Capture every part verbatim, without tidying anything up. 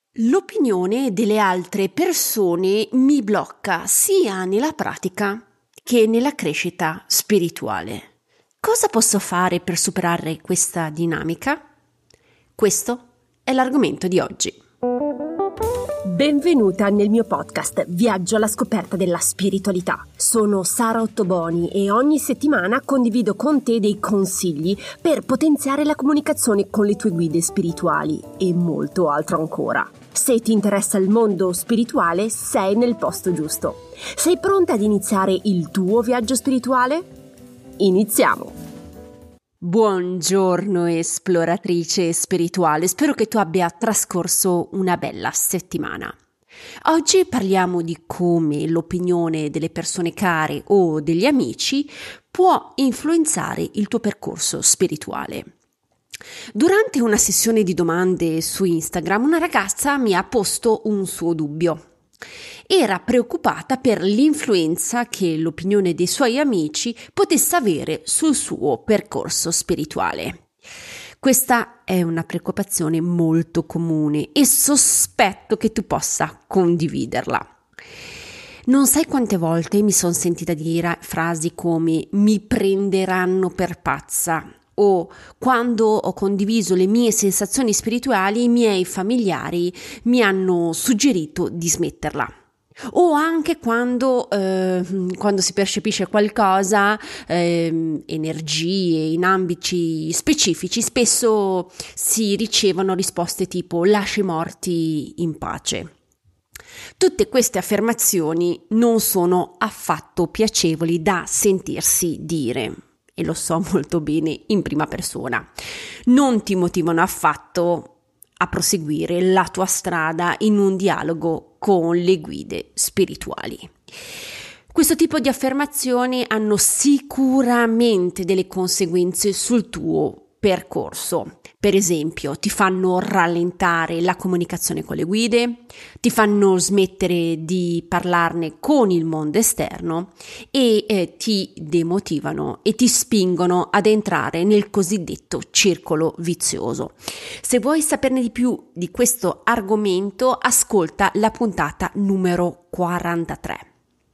L'opinione delle altre persone mi blocca sia nella pratica che nella crescita spirituale. Cosa posso fare per superare questa dinamica? Questo è l'argomento di oggi. Benvenuta nel mio podcast Viaggio alla scoperta della spiritualità. Sono Sara Ottoboni e ogni settimana condivido con te dei consigli per potenziare la comunicazione con le tue guide spirituali e molto altro ancora. Se ti interessa il mondo spirituale, sei nel posto giusto. Sei pronta ad iniziare il tuo viaggio spirituale? Iniziamo! Buongiorno esploratrice spirituale, spero che tu abbia trascorso una bella settimana. Oggi parliamo di come l'opinione delle persone care o degli amici può influenzare il tuo percorso spirituale. Durante una sessione di domande su Instagram, una ragazza mi ha posto un suo dubbio. Era preoccupata per l'influenza che l'opinione dei suoi amici potesse avere sul suo percorso spirituale. Questa è una preoccupazione molto comune e sospetto che tu possa condividerla. Non sai quante volte mi sono sentita dire frasi come "mi prenderanno per pazza" o quando ho condiviso le mie sensazioni spirituali i miei familiari mi hanno suggerito di smetterla. O anche quando, eh, quando si percepisce qualcosa, eh, energie in ambiti specifici, spesso si ricevono risposte tipo "lascia i morti in pace". Tutte queste affermazioni non sono affatto piacevoli da sentirsi dire. E lo so molto bene in prima persona. Non ti motivano affatto a proseguire la tua strada in un dialogo con le guide spirituali. Questo tipo di affermazioni hanno sicuramente delle conseguenze sul tuo percorso. Per esempio, ti fanno rallentare la comunicazione con le guide, ti fanno smettere di parlarne con il mondo esterno e eh, ti demotivano e ti spingono ad entrare nel cosiddetto circolo vizioso. Se vuoi saperne di più di questo argomento, ascolta la puntata numero quarantatré.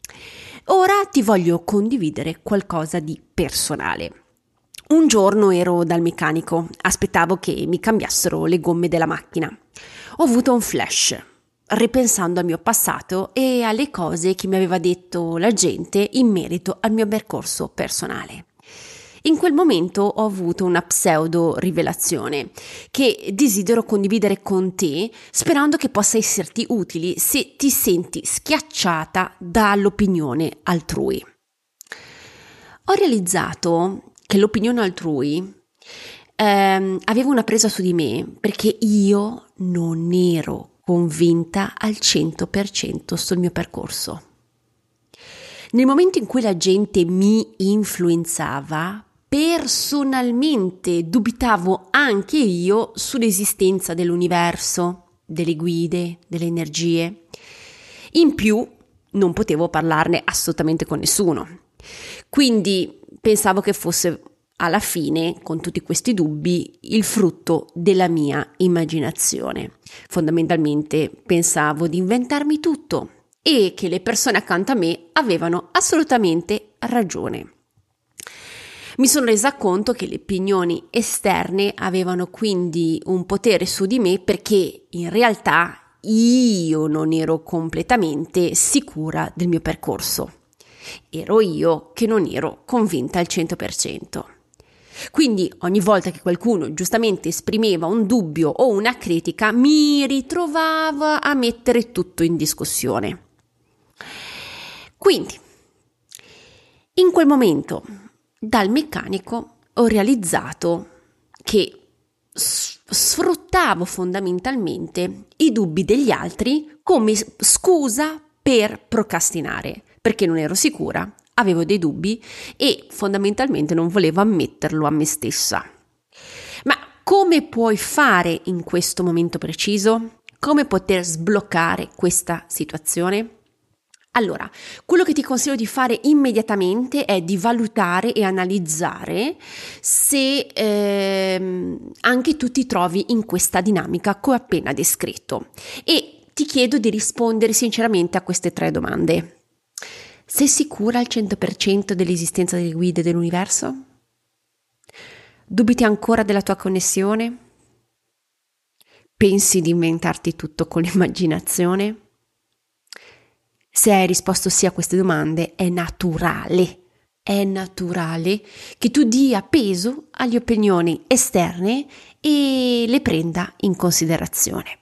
Ora ti voglio condividere qualcosa di personale. Un giorno ero dal meccanico, aspettavo che mi cambiassero le gomme della macchina. Ho avuto un flash, ripensando al mio passato e alle cose che mi aveva detto la gente in merito al mio percorso personale. In quel momento ho avuto una pseudo rivelazione che desidero condividere con te, sperando che possa esserti utile se ti senti schiacciata dall'opinione altrui. Ho realizzato che l'opinione altrui ehm, aveva una presa su di me perché io non ero convinta al cento per cento sul mio percorso. Nel momento in cui la gente mi influenzava, personalmente dubitavo anche io sull'esistenza dell'universo, delle guide, delle energie. In più, non potevo parlarne assolutamente con nessuno. Quindi pensavo che fosse alla fine, con tutti questi dubbi, il frutto della mia immaginazione. Fondamentalmente pensavo di inventarmi tutto e che le persone accanto a me avevano assolutamente ragione. Mi sono resa conto che le opinioni esterne avevano quindi un potere su di me perché in realtà io non ero completamente sicura del mio percorso. Ero io che non ero convinta al cento per cento. Quindi ogni volta che qualcuno giustamente esprimeva un dubbio o una critica, mi ritrovavo a mettere tutto in discussione. Quindi, in quel momento, dal meccanico ho realizzato che sfruttavo fondamentalmente i dubbi degli altri come scusa per procrastinare, perché non ero sicura, avevo dei dubbi e fondamentalmente non volevo ammetterlo a me stessa. Ma come puoi fare in questo momento preciso? Come poter sbloccare questa situazione? Allora, quello che ti consiglio di fare immediatamente è di valutare e analizzare se ehm, anche tu ti trovi in questa dinamica che ho appena descritto e ti chiedo di rispondere sinceramente a queste tre domande. Sei sicura al cento per cento dell'esistenza delle guide dell'universo? Dubiti ancora della tua connessione? Pensi di inventarti tutto con l'immaginazione? Se hai risposto sì a queste domande, è naturale, è naturale che tu dia peso alle opinioni esterne e le prenda in considerazione.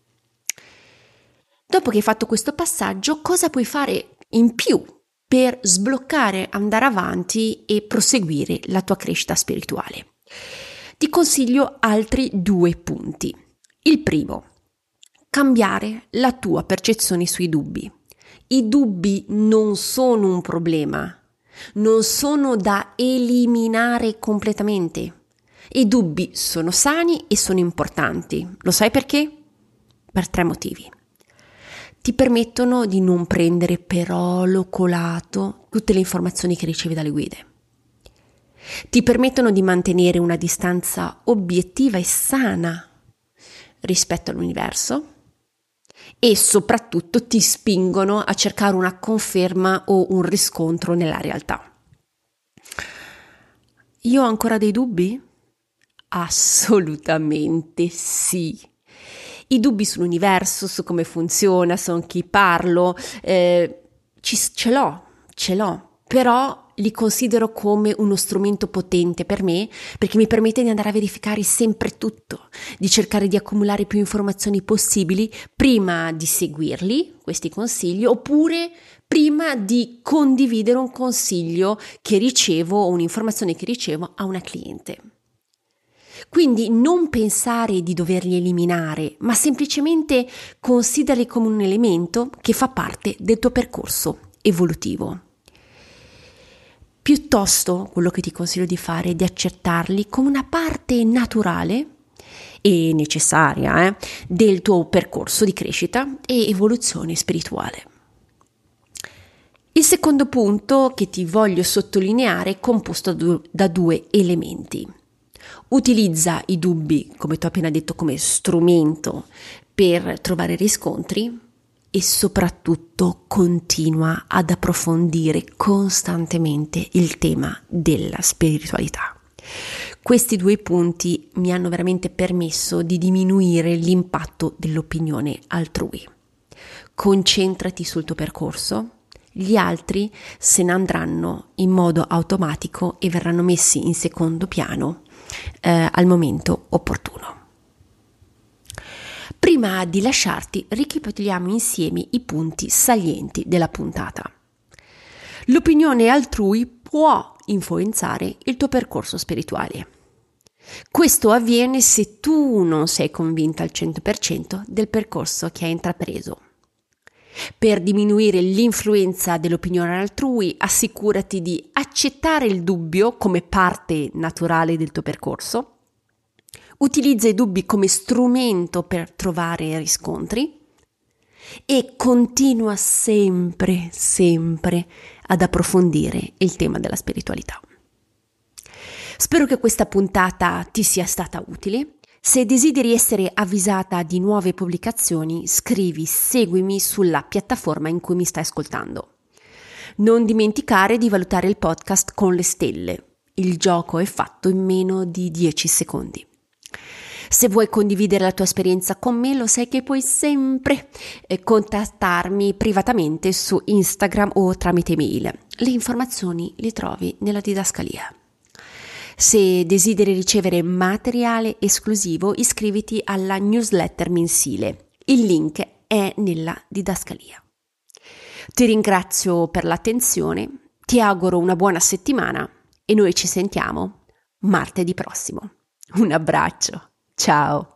Dopo che hai fatto questo passaggio, cosa puoi fare in più per sbloccare, andare avanti e proseguire la tua crescita spirituale? Ti consiglio altri due punti. Il primo, cambiare la tua percezione sui dubbi. I dubbi non sono un problema, non sono da eliminare completamente. I dubbi sono sani e sono importanti. Lo sai perché? Per tre motivi. Ti permettono di non prendere per oro colato tutte le informazioni che ricevi dalle guide. Ti permettono di mantenere una distanza obiettiva e sana rispetto all'universo. E soprattutto ti spingono a cercare una conferma o un riscontro nella realtà. Io ho ancora dei dubbi? Assolutamente sì. I dubbi sull'universo, su come funziona, su con chi parlo, eh, ci, ce l'ho, ce l'ho, però li considero come uno strumento potente per me perché mi permette di andare a verificare sempre tutto, di cercare di accumulare più informazioni possibili prima di seguirli, questi consigli, oppure prima di condividere un consiglio che ricevo o un'informazione che ricevo a una cliente. Quindi non pensare di doverli eliminare, ma semplicemente considerali come un elemento che fa parte del tuo percorso evolutivo. Piuttosto, quello che ti consiglio di fare è di accettarli come una parte naturale e necessaria eh, del tuo percorso di crescita e evoluzione spirituale. Il secondo punto che ti voglio sottolineare è composto da due elementi. Utilizza i dubbi, come ti ho appena detto, come strumento per trovare riscontri e soprattutto continua ad approfondire costantemente il tema della spiritualità. Questi due punti mi hanno veramente permesso di diminuire l'impatto dell'opinione altrui. Concentrati sul tuo percorso, gli altri se ne andranno in modo automatico e verranno messi in secondo piano eh, al momento opportuno. Prima di lasciarti, ricapitoliamo insieme i punti salienti della puntata. L'opinione altrui può influenzare il tuo percorso spirituale. Questo avviene se tu non sei convinta al cento per cento del percorso che hai intrapreso. Per diminuire l'influenza dell'opinione altrui, assicurati di accettare il dubbio come parte naturale del tuo percorso. Utilizza i dubbi come strumento per trovare riscontri e continua sempre, sempre ad approfondire il tema della spiritualità. Spero che questa puntata ti sia stata utile. Se desideri essere avvisata di nuove pubblicazioni, scrivi seguimi sulla piattaforma in cui mi stai ascoltando. Non dimenticare di valutare il podcast con le stelle. Il gioco è fatto in meno di dieci secondi. Se vuoi condividere la tua esperienza con me, lo sai che puoi sempre eh, contattarmi privatamente su Instagram o tramite mail. Le informazioni le trovi nella didascalia. Se desideri ricevere materiale esclusivo, iscriviti alla newsletter mensile. Il link è nella didascalia. Ti ringrazio per l'attenzione, ti auguro una buona settimana e noi ci sentiamo martedì prossimo. Un abbraccio, ciao!